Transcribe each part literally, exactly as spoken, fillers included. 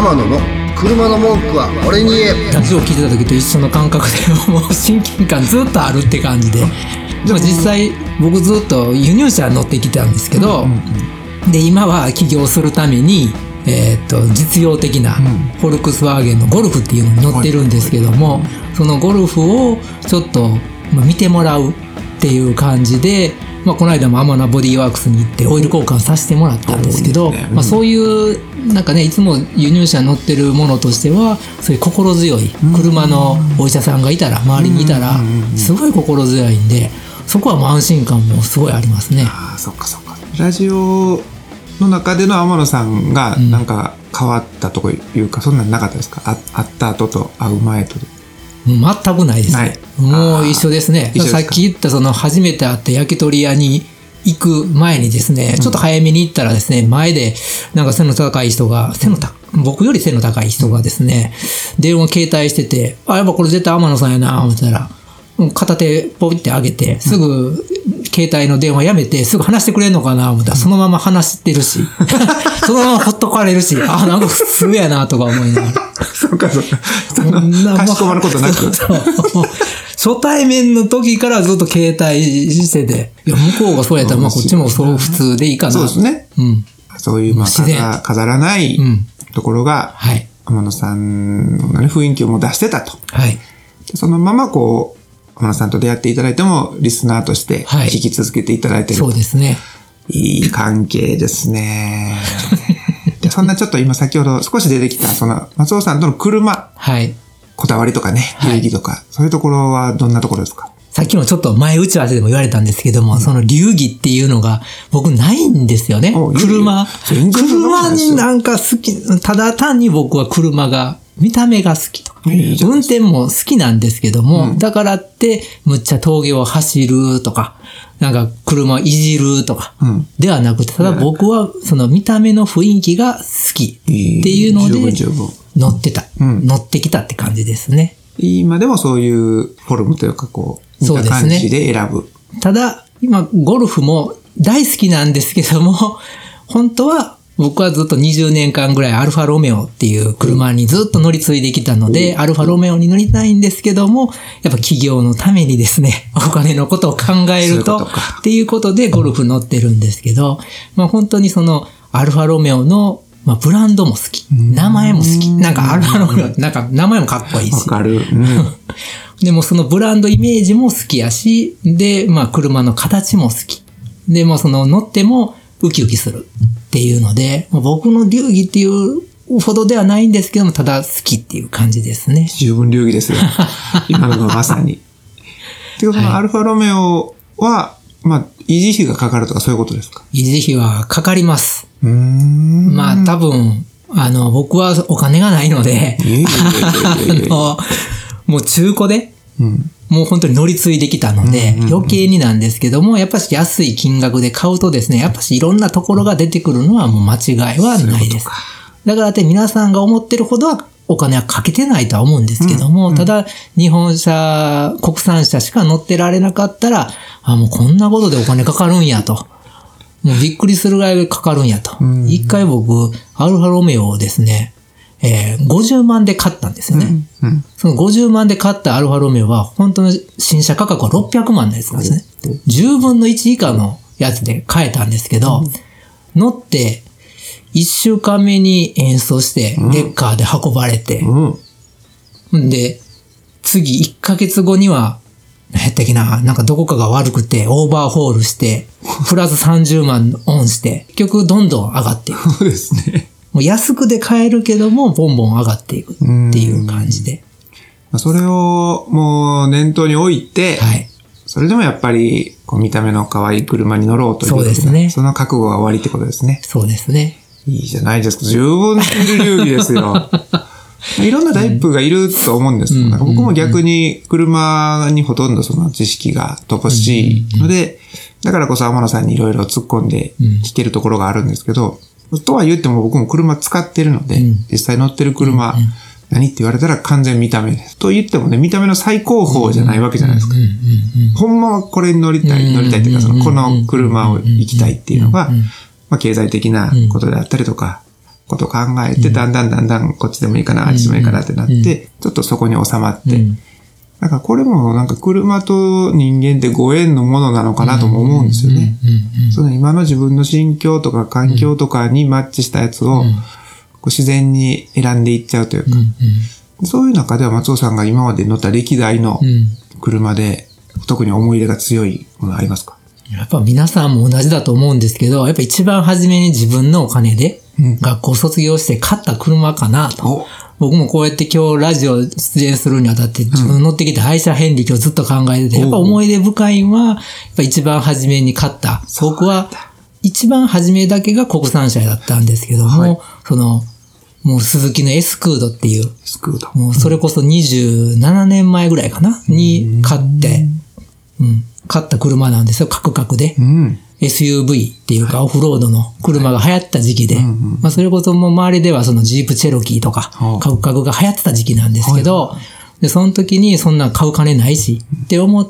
天野の車の文句は俺に言え。 ラジオ聞いてた時と一緒の感覚でもう親近感ずっとあるって感じで、でも実際僕ずっと輸入車乗ってきたんですけど、うんうんうん、で今は起業するために、えー、と実用的なフォルクスワーゲンのゴルフっていうのに乗ってるんですけども、そのゴルフをちょっと見てもらうっていう感じで、まあ、この間もアマナボディーワークスに行ってオイル交換させてもらったんですけど、まあ、そういうなんかね、いつも輸入車乗ってるものとしてはそういう心強い車のお医者さんがいたら、周りにいたらすごい心強いんで、そこはもう安心感もすごいありますね。 ああ、そっかそっか。ラジオの中での天野さんがなんか変わったとこいうか、うん、そんなのなかったですか？あ会った後と会う前とで。 全くないですね。もう一緒ですね。さっき言ったその初めて会った焼き鳥屋に行く前にですね、うん、ちょっと早めに行ったらですね、前でなんか背の高い人が、背の高僕より背の高い人がですね、電話携帯してて、あ、やっぱこれ絶対天野さんやな思ったら、片手ポイって上げてすぐ携帯の電話やめてすぐ話してくれんのかな思ったら、そのまま話してるしそのままほっとかれるし、あ、なんか普通やなとか思いながらそうかそうか、そんなかしこまることなくそうそう初対面の時からずっと携帯してて、いや向こうがそうやったらまあこっちもそう普通でいいかな。 そうですね、うん、そういうまあ飾、飾らないところが、うん、はい、天野さんの、ね、雰囲気をもう出してたと、はい、そのままこう天野さんと出会っていただいてもリスナーとして聞き続けていただいている、はい、そうですね。いい関係ですねで、そんなちょっと今先ほど少し出てきたその松尾さんとの車、はい、こだわりとかね、流儀とか、はい、そういうところはどんなところですか？ さっきもちょっと前打ち合わせでも言われたんですけども、うん、その流儀っていうのが僕ないんですよね。車車になんか好き、ただ単に僕は車が見た目が好きとか、いい運転も好きなんですけども、うん、だからってむっちゃ峠を走るとか、なんか車いじるとかではなくて、ただ僕はその見た目の雰囲気が好きっていうので乗ってた、うん、乗ってきたって感じですね。 今でもそういうフォルムというかこう見た感じで選ぶ。 ただ今ゴルフも大好きなんですけども、本当は僕はずっとにじゅうねんかんぐらいアルファロメオっていう車にずっと乗り継いできたので、アルファロメオに乗りたいんですけども、やっぱ企業のためにですね、お金のことを考えるとっていうことでゴルフ乗ってるんですけど、まあ本当にそのアルファロメオのまあブランドも好き、名前も好き、なんかアルファロメオなんか名前もかっこいいし、 わかる、うん、 でもそのブランドイメージも好きやし、でまあ車の形も好きで、もその乗ってもウキウキするっていうので、僕の流儀っていうほどではないんですけども、ただ好きっていう感じですね。 十分流儀ですよ今のがまさにていうか、このアルファロメオは、まあ維持費がかかるとかそういうことですか？ 維持費はかかります。うーん、まあ多分あの僕はお金がないのであのもう中古で、うん、もう本当に乗り継いできたので、うんうんうん、余計になんですけども、やっぱし安い金額で買うとですね、やっぱしいろんなところが出てくるのはもう間違いはないです。だからって皆さんが思ってるほどはお金はかけてないとは思うんですけども、うんうん、ただ日本車、国産車しか乗ってられなかったら、あ、もうこんなことでお金かかるんやと。もうびっくりするぐらいかかるんやと。うんうん、一回僕、アルファロメオをですね、えー、ごじゅうまんで買ったんですよね、うんうん。そのごじゅうまんで買ったアルファロメオは本当の新車価格はろっぴゃくまんのやつなんですね。じゅうぶんのいち以下のやつで買えたんですけど、うん、乗っていっしゅうかんめに演奏してレッカーで運ばれて、うんうん、で次いっかげつごには何やったっけな、なんかどこかが悪くてオーバーホールしてプラスさんじゅうまんオンして結局どんどん上がっていく。 そうですね。 もう安くで買えるけどもボンボン上がっていくっていう感じで、 それをもう念頭に置いて、はい、それでもやっぱりこう見た目の可愛い車に乗ろうという、 そうですね、 その覚悟が終わりってことですね。 そうですね。 いいじゃないですか。十分すぎる流儀ですよいろんなタイプがいると思うんです、うん、僕も逆に車にほとんどその知識が乏しいので、だからこそ天野さんにいろいろ突っ込んで聞けるところがあるんですけど、とは言っても僕も車使ってるので、うん、実際乗ってる車、うん、何って言われたら完全見た目です。と言ってもね、見た目の最高峰じゃないわけじゃないですか。ほんまはこれに乗りたい、乗りたいっていうか、そのこの車を行きたいっていうのが、まあ経済的なことであったりとか、 ことを考えて、だんだんだんだんこっちでもいいかな、あっちでもいいかなってなって、ちょっとそこに収まって、なんかこれもなんか車と人間ってご縁のものなのかなとも思うんですよね。その今の自分の心境とか環境とかにマッチしたやつをこう自然に選んでいっちゃうというか、そういう中では松尾さんが今まで乗った歴代の車で特に思い入れが強いものありますか？ やっぱ皆さんも同じだと思うんですけど、やっぱ一番初めに自分のお金で学校卒業して買った車かなと。僕もこうやって今日ラジオ出演するにあたって自分乗ってきた愛車遍歴をずっと考えてて、やっぱ思い出深いのは、やっぱ一番初めに買った。僕は一番初めだけが国産車だったんですけども、はい、その、もう鈴木のエスクードっていう、 エスクード。 もうそれこそにじゅうななねんまえぐらいかな、に買って、うん、買った車なんですよ、カクカクで。うん、エスユーブイ っていうかオフロードの車が流行った時期で、はい、まあそれこそもう周りではそのジープチェロキーとか、カクカクが流行ってた時期なんですけど、はい、で、その時にそんな買う金ないし、って思って、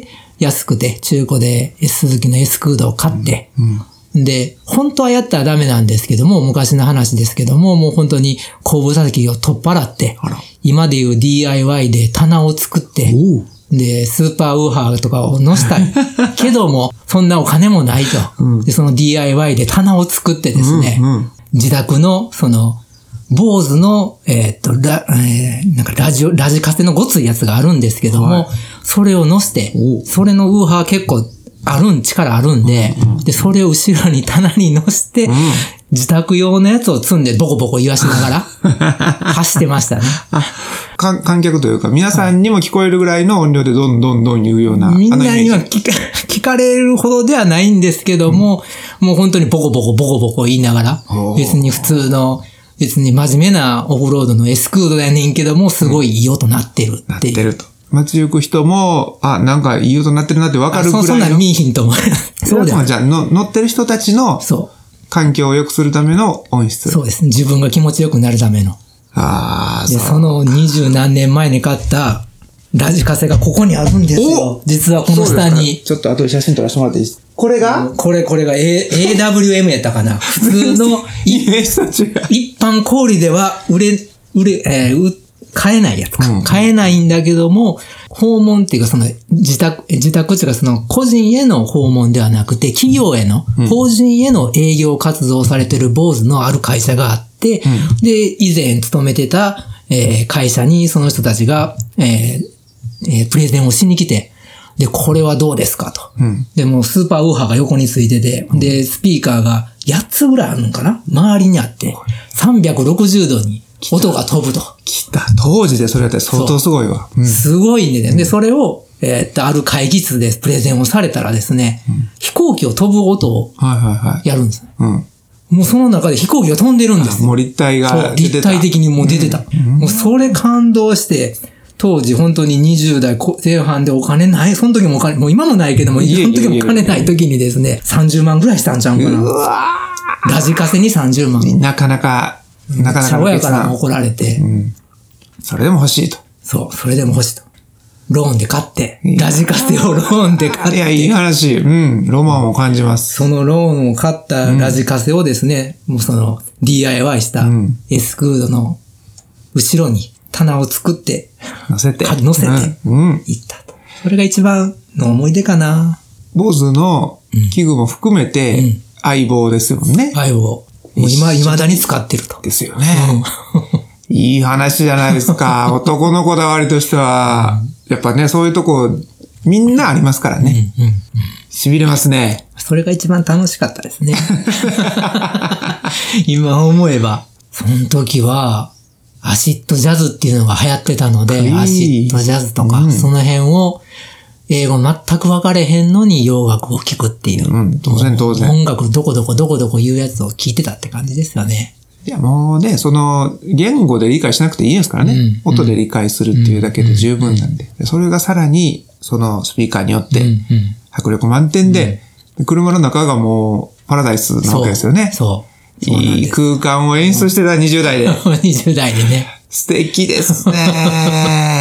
安くて中古で鈴木のエスクードを買って、うんうんで、本当はやったらダメなんですけども、昔の話ですけども、もう本当に後部座席を取っ払って、今でいう ディーアイワイ で棚を作って、で、スーパーウーハーとかを乗せたい。けども、そんなお金もないと。うん、で、その ディーアイワイ で棚を作ってですね、うんうん、自宅の、その、坊主の、えー、っと、ラ、えー、なんかラジオ、ラジカセのごついやつがあるんですけども、はい、それを乗せて、それのウーハー結構、あるん、力あるんで、うんうん、で、それを後ろに棚に乗せて、うん、自宅用のやつを積んでボコボコ言わしながら、走ってましたね。 観客というか、皆さんにも聞こえるぐらいの音量でどんどんどん言うような。 みんなには聞か、聞かれるほどではないんですけども、うん、もう本当にボコボコボコボコ言いながら、別に普通の、別に真面目なオフロードのエスクードやねんけども、すごいいい音鳴ってるっていう。 鳴ってると。街行く人も、あ、なんかいい音鳴ってるなって分かるぐらいの。 そ, そんな見えひんと思う。 そうです。じゃあの、乗ってる人たちの、環境を良くするための音質。 そうです。自分が気持ちよくなるための。 ああ、 で、その二十何年前に買ったラジカセがここにあるんですよ。実はこの下に。 ちょっと後で写真撮らせてもらっていいですか？これがこれ、これが エーダブリューエム やったかな。普通のイメージと違う。 一般小売では売れ、売れ、えー、売買えないやつか、うん。買えないんだけども、訪問っていうかその自宅、自宅っていうかその個人への訪問ではなくて、企業への、うん、法人への営業活動をされてる坊主のある会社があって、うん、で、以前勤めてた、えー、会社にその人たちが、えーえー、プレゼンをしに来て、で、これはどうですかと。うん、で、もうスーパーウーハーが横についてて、で、スピーカーがやっつぐらいあるのかな？周りにあって、さんびゃくろくじゅうどに音が飛ぶと。 来た。当時でそれやったら相当すごいわ。 うん、すごいね。で、それを、えー、っと、ある会議室でプレゼンをされたらですね、うん、飛行機を飛ぶ音をやるんです。はいはいはい。うん、もうその中で飛行機が飛んでるんです。 もう立体が出てた。立体的にもう出てた。うん、もうそれ感動して、当時本当ににじゅう代前半でお金ない、その時もお金、もう今もないけども、その時もお金ない時にですね、さんじゅうまんぐらいしたんちゃうかな。うわラジカセにさんじゅうまん。 なかなか、なかなか。 爽やから怒られて、うん。 それでも欲しいと。 そう、それでも欲しいと。ローンで買って、ラジカセをローンで買って。 いや、いい話。うん、ロマンを感じます。 そのローンを買ったラジカセをですね、うん、もうその ディーアイワイ したエスクードの後ろに棚を作って、 乗せて。 乗せて、行ったと。それが一番の思い出かな。 坊主の器具も含めて、相棒ですもんね。 相棒。もう今、未だに使ってると。 ですよね。うん、いい話じゃないですか。男のこだわりとしては、やっぱね、そういうとこ、みんなありますからね。うんうんうん、痺れますね。 それが一番楽しかったですね。今思えば。その時は、アシッドジャズっていうのが流行ってたので、アシッドジャズとか、うん、その辺を、英語全く分かれへんのに洋楽を聴くっていう。 うん、当然当然。 音楽どこどこどこどこ言うやつを聴いてたって感じですよね。 いやもうね、その、言語で理解しなくていいですからね。うん、音で理解するっていうだけで十分なんで。うん、それがさらに、そのスピーカーによって、迫力満点で、うん、車の中がもうパラダイスなわけですよね。 そう。 いい空間を演出してたにじゅう代で。 にじゅう代でね。 素敵ですね。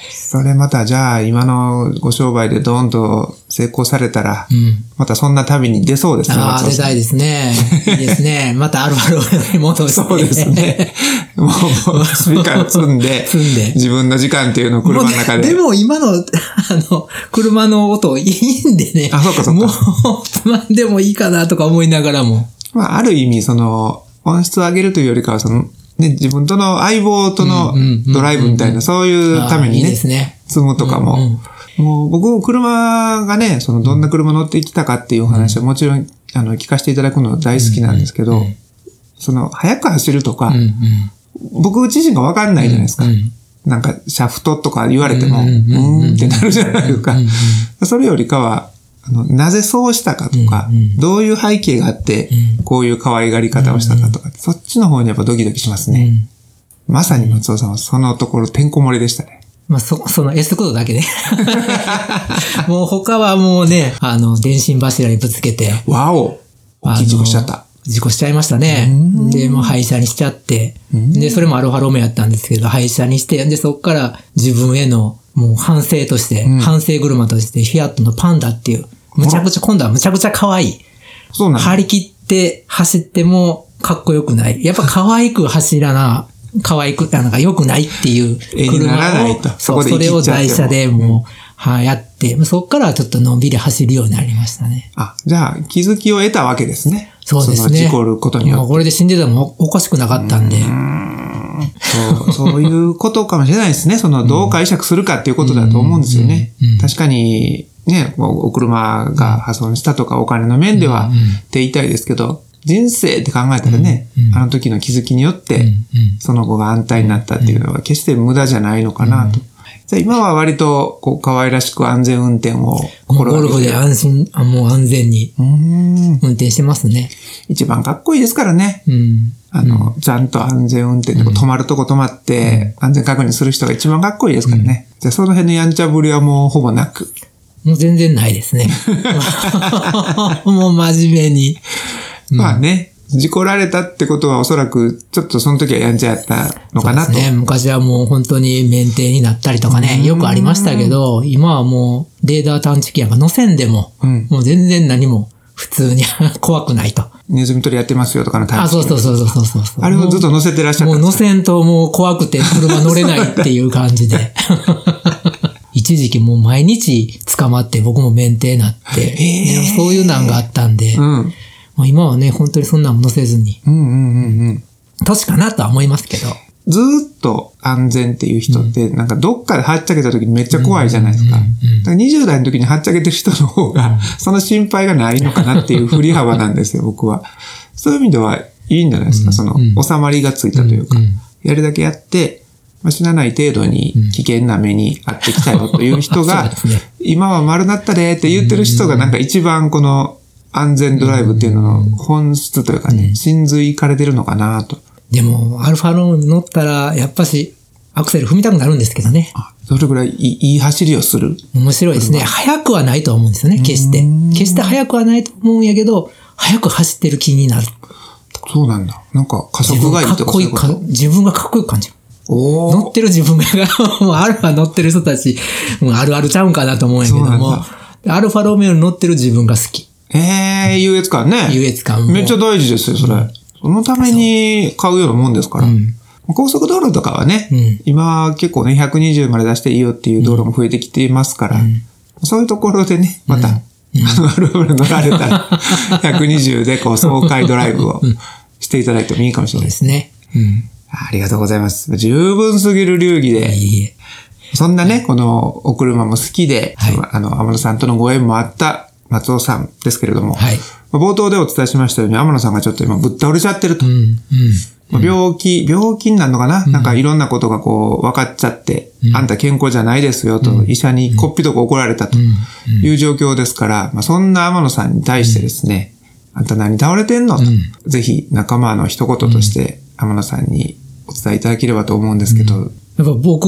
それまたじゃあ今のご商売でドーンと成功されたら、うん、またそんな旅に出そうですね。 ああ、出たいですね。いいですね。またアルファロメオに戻して。 そうですね。もう、スピーカー積んで、積んで、自分の時間っていうのを車の中で。 でも今の、あの、車の音いいんでね。 あ、そうかそうか。 もう、つまんでもいいかなとか思いながらも。 まあ、ある意味、その、音質を上げるというよりかは、その、ね、自分との相棒とのドライブみたいな、そういうためにね、いいですね、積むとかも、うんうん、もう僕も車がね、そのどんな車乗ってきたかっていうお話はもちろん、あの、聞かせていただくの大好きなんですけど、うんうん、その、速く走るとか、うんうん、僕自身がわかんないじゃないですか。うんうん、なんか、シャフトとか言われても、うーんってなるじゃないですか。それよりかは、あの、なぜそうしたかとか、うんうん、どういう背景があって、うん、こういう可愛がり方をしたかとか、うんうん、そっちの方にやっぱドキドキしますね。うん、まさに松尾さんはそのところてんこ盛りでしたね。 まあ、そ、その S コードだけね。もう他はもうね、あの、電信柱にぶつけて。 わお！大きい事故しちゃった。 事故しちゃいましたね。で、もう廃車にしちゃって。で、それもアルファロメオやったんですけど、廃車にして、で、そっから自分への、もう反省として、うん、反省車として、フィアットのパンダっていう、むちゃくちゃ、今度はむちゃくちゃ可愛い。 そうなんだ。 張り切って走ってもかっこよくない。やっぱ可愛く走らな、可愛く、なんか良くないっていう車を、そう、それを台車でもう、はい、やって、そっからちょっとのんびり走るようになりましたね。 あ、じゃあ気づきを得たわけですね。 そうですね。 その事故ることによって。 もうこれで死んでてもおかしくなかったんで。うーんそう、そういうことかもしれないですね。その、どう解釈するかっていうことだと思うんですよね。確かに、ね、お車が破損したとかお金の面ではって言いたいですけど、人生って考えたらね、あの時の気づきによって、その後が安泰になったっていうのは決して無駄じゃないのかなと。じゃあ今は割と、こう、可愛らしく安全運転を心がけて。ゴルフで安心、もう安全に運転してますね。 一番かっこいいですからね。うん、あの、ちゃんと安全運転で止まるとこ止まって、安全確認する人が一番かっこいいですからね。うん、じゃあその辺のやんちゃぶりはもうほぼなく。 もう全然ないですね。もう真面目に。 うん、まあね。事故られたってことはおそらく、ちょっとその時はやんちゃやったのかなと。 そうですね。昔はもう本当に免停になったりとかね、よくありましたけど、今はもうレーダー探知機やんか乗せんでも、うん、もう全然何も普通に怖くないと。 ネズミ捕りやってますよとかの探知機。 あ、そうそうそうそうそうそう。 あれをずっと乗せてらっしゃったんですか？ もう乗せんともう怖くて車乗れないっていう感じで。一時期もう毎日捕まって僕も免停になって、えー、そういう難があったんで、うんもう今はね、本当にそんなも乗せずに。うんうんうんうん。年かなとは思いますけど。 ずーっと安全っていう人って、なんかどっかではっちゃけた時にめっちゃ怖いじゃないですか。だからにじゅう代の時にはっちゃけてる人の方が、その心配がないのかなっていう振り幅なんですよ、僕は。そういう意味ではいいんじゃないですか、その、収まりがついたというか。やるだけやって、まあ、死なない程度に危険な目に遭ってきたよという人が、今は丸なったでって言ってる人がなんか一番この、安全ドライブっていうのの本質というかね、うん、真髄かれてるのかなと。 でも、アルファロー乗ったら、やっぱし、アクセル踏みたくなるんですけどね。 あ、どれぐらいいい、いい走りをする？ 面白いですね。速くはないと思うんですよね、決して。決して速くはないと思うんやけど、速く走ってる気になる。 そうなんだ。なんか加速がいいとかそういうこと？ かっこいいか、自分がかっこよく感じる。お乗ってる自分が、もうアルファ乗ってる人たち、もうあるあるちゃうんかなと思うんやけども、アルファロメオに乗ってる自分が好き。 ええー、優越感ね。 優越感も。 めっちゃ大事ですよ、それ。うん、そのために買うようなもんですから。うん、高速道路とかはね、うん、今結構ね、ひゃくにじゅうまで出していいよっていう道路も増えてきていますから、うん、そういうところでね、また、うん、あの、アルファロ乗られたら、ひゃくにじゅうでこう、爽快ドライブをしていただいてもいいかもしれないですね。うん、ありがとうございます。十分すぎる流儀で。いいえそんなね、このお車も好きで、はい、あの、天野さんとのご縁もあった、松尾さんですけれども、はい、冒頭でお伝えしましたように、天野さんがちょっと今ぶっ倒れちゃってると。うんうん、病気、病気になるのかな、うん、なんかいろんなことがこう分かっちゃって、うん、あんた健康じゃないですよと、うん、医者にこっぴどく怒られたという状況ですから、まあ、そんな天野さんに対してですね、うん、あんた何倒れてんのと、うん、ぜひ仲間の一言として天野さんにお伝えいただければと思うんですけど、うん、 やっぱ僕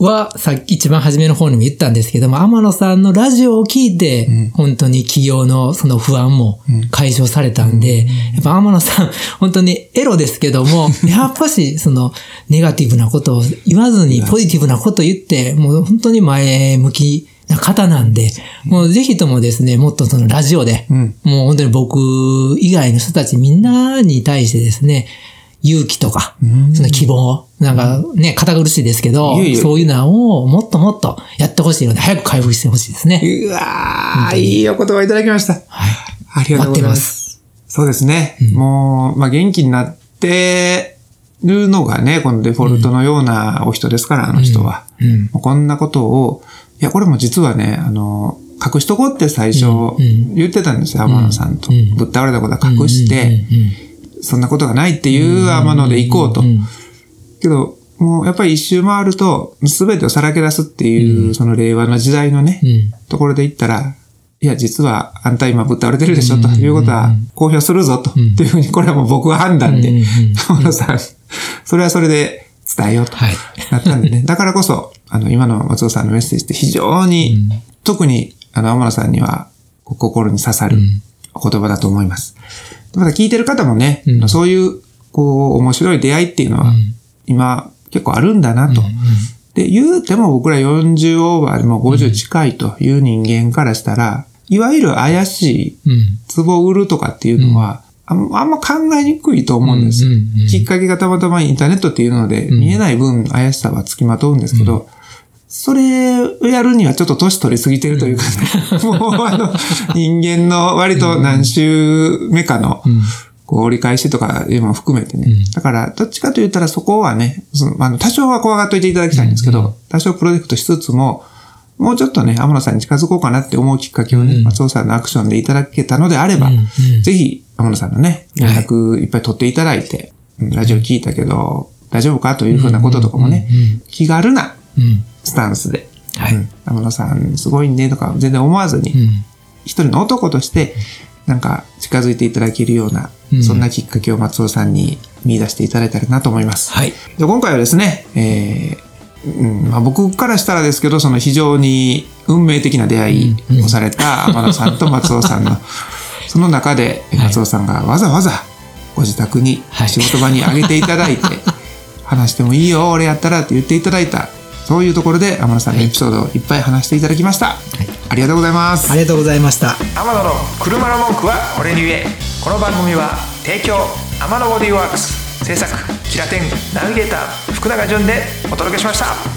は、さっき一番初めの方にも言ったんですけども、天野さんのラジオを聞いて、うん、本当に企業のその不安も解消されたんで、うん、やっぱ天野さん、本当にエロですけども、やっぱし、その、ネガティブなことを言わずに、ポジティブなことを言って、もう本当に前向きな方なんで、もうぜひともですね、もっとそのラジオで、うん、もう本当に僕以外の人たちみんなに対してですね、勇気とか、その希望、なんかね、堅苦しいですけど、いえいえそういうのをもっともっとやってほしいので、早く回復してほしいですね。 うわー、いいお言葉いただきました。はい。ありがとうございます。そうですね。うん、もう、まあ、元気になってるのがね、このデフォルトのようなお人ですから、うん、あの人は、うんうん。こんなことを、いや、これも実はね、あの、隠しとこうって最初言ってたんですよ、天野さんと。ぶっ倒れたことは隠して、そんなことがないっていう天野で行こうと。けど、もうやっぱり一周回ると、すべてをさらけ出すっていう、その令和の時代のね、ところで言ったら、いや、実はあんた今ぶっ倒れてるでしょ、ということは公表するぞ、と。っていうふうに、これはもう僕は判断で、天野さん、それはそれで伝えようと。なったんでね。だからこそ、あの、今の松尾さんのメッセージって非常に、特に、あの、天野さんには、心に刺さるお言葉だと思います。まだ聞いてる方もね、うん、そういう、こう、面白い出会いっていうのは、今、結構あるんだなと。うんうん、で、言うても僕らよんじゅうオーバーでもごじゅう近いという人間からしたら、いわゆる怪しい、壺を売るとかっていうのは、うん、あんま考えにくいと思うんです。きっかけがたまたまインターネットっていうので、見えない分怪しさはつきまとうんですけど、うん、それをやるにはちょっと年取りすぎてるというかね、うん、もうあの、人間の割と何週目かの、こう折り返しとかいうのも含めてね、うん。だから、どっちかと言ったらそこはね、そのあの多少は怖がっといていただきたいんですけど、うん、多少プロジェクトしつつも、もうちょっとね、天野さんに近づこうかなって思うきっかけをね、うん、松尾さんのアクションでいただけたのであれば、うんうん、ぜひ、天野さんのね、連絡いっぱい取っていただいて、はい、ラジオ聞いたけど、大丈夫かというふうなこととかもね、うんうんうん、気軽なスタンスで、はい、うん、天野さんすごいねとか全然思わずに、うん、一人の男としてなんか近づいていただけるような、うん、そんなきっかけを松尾さんに見出していただいたらなと思います。はい、で今回はですね、えーうんまあ、僕からしたらですけど、その非常に運命的な出会いをされた天野さんと松尾さんのその中で松尾さんがわざわざご自宅に仕事場にあげていただいて、はい、話してもいいよ俺やったらって言っていただいた、そういうところで天野さんのエピソードをいっぱい話していただきました。はい、ありがとうございます。 ありがとうございました。 天野の車の文句は俺に言え。この番組は提供天野ボディーワークス、制作キラテンナビゲーター福永潤でお届けしました。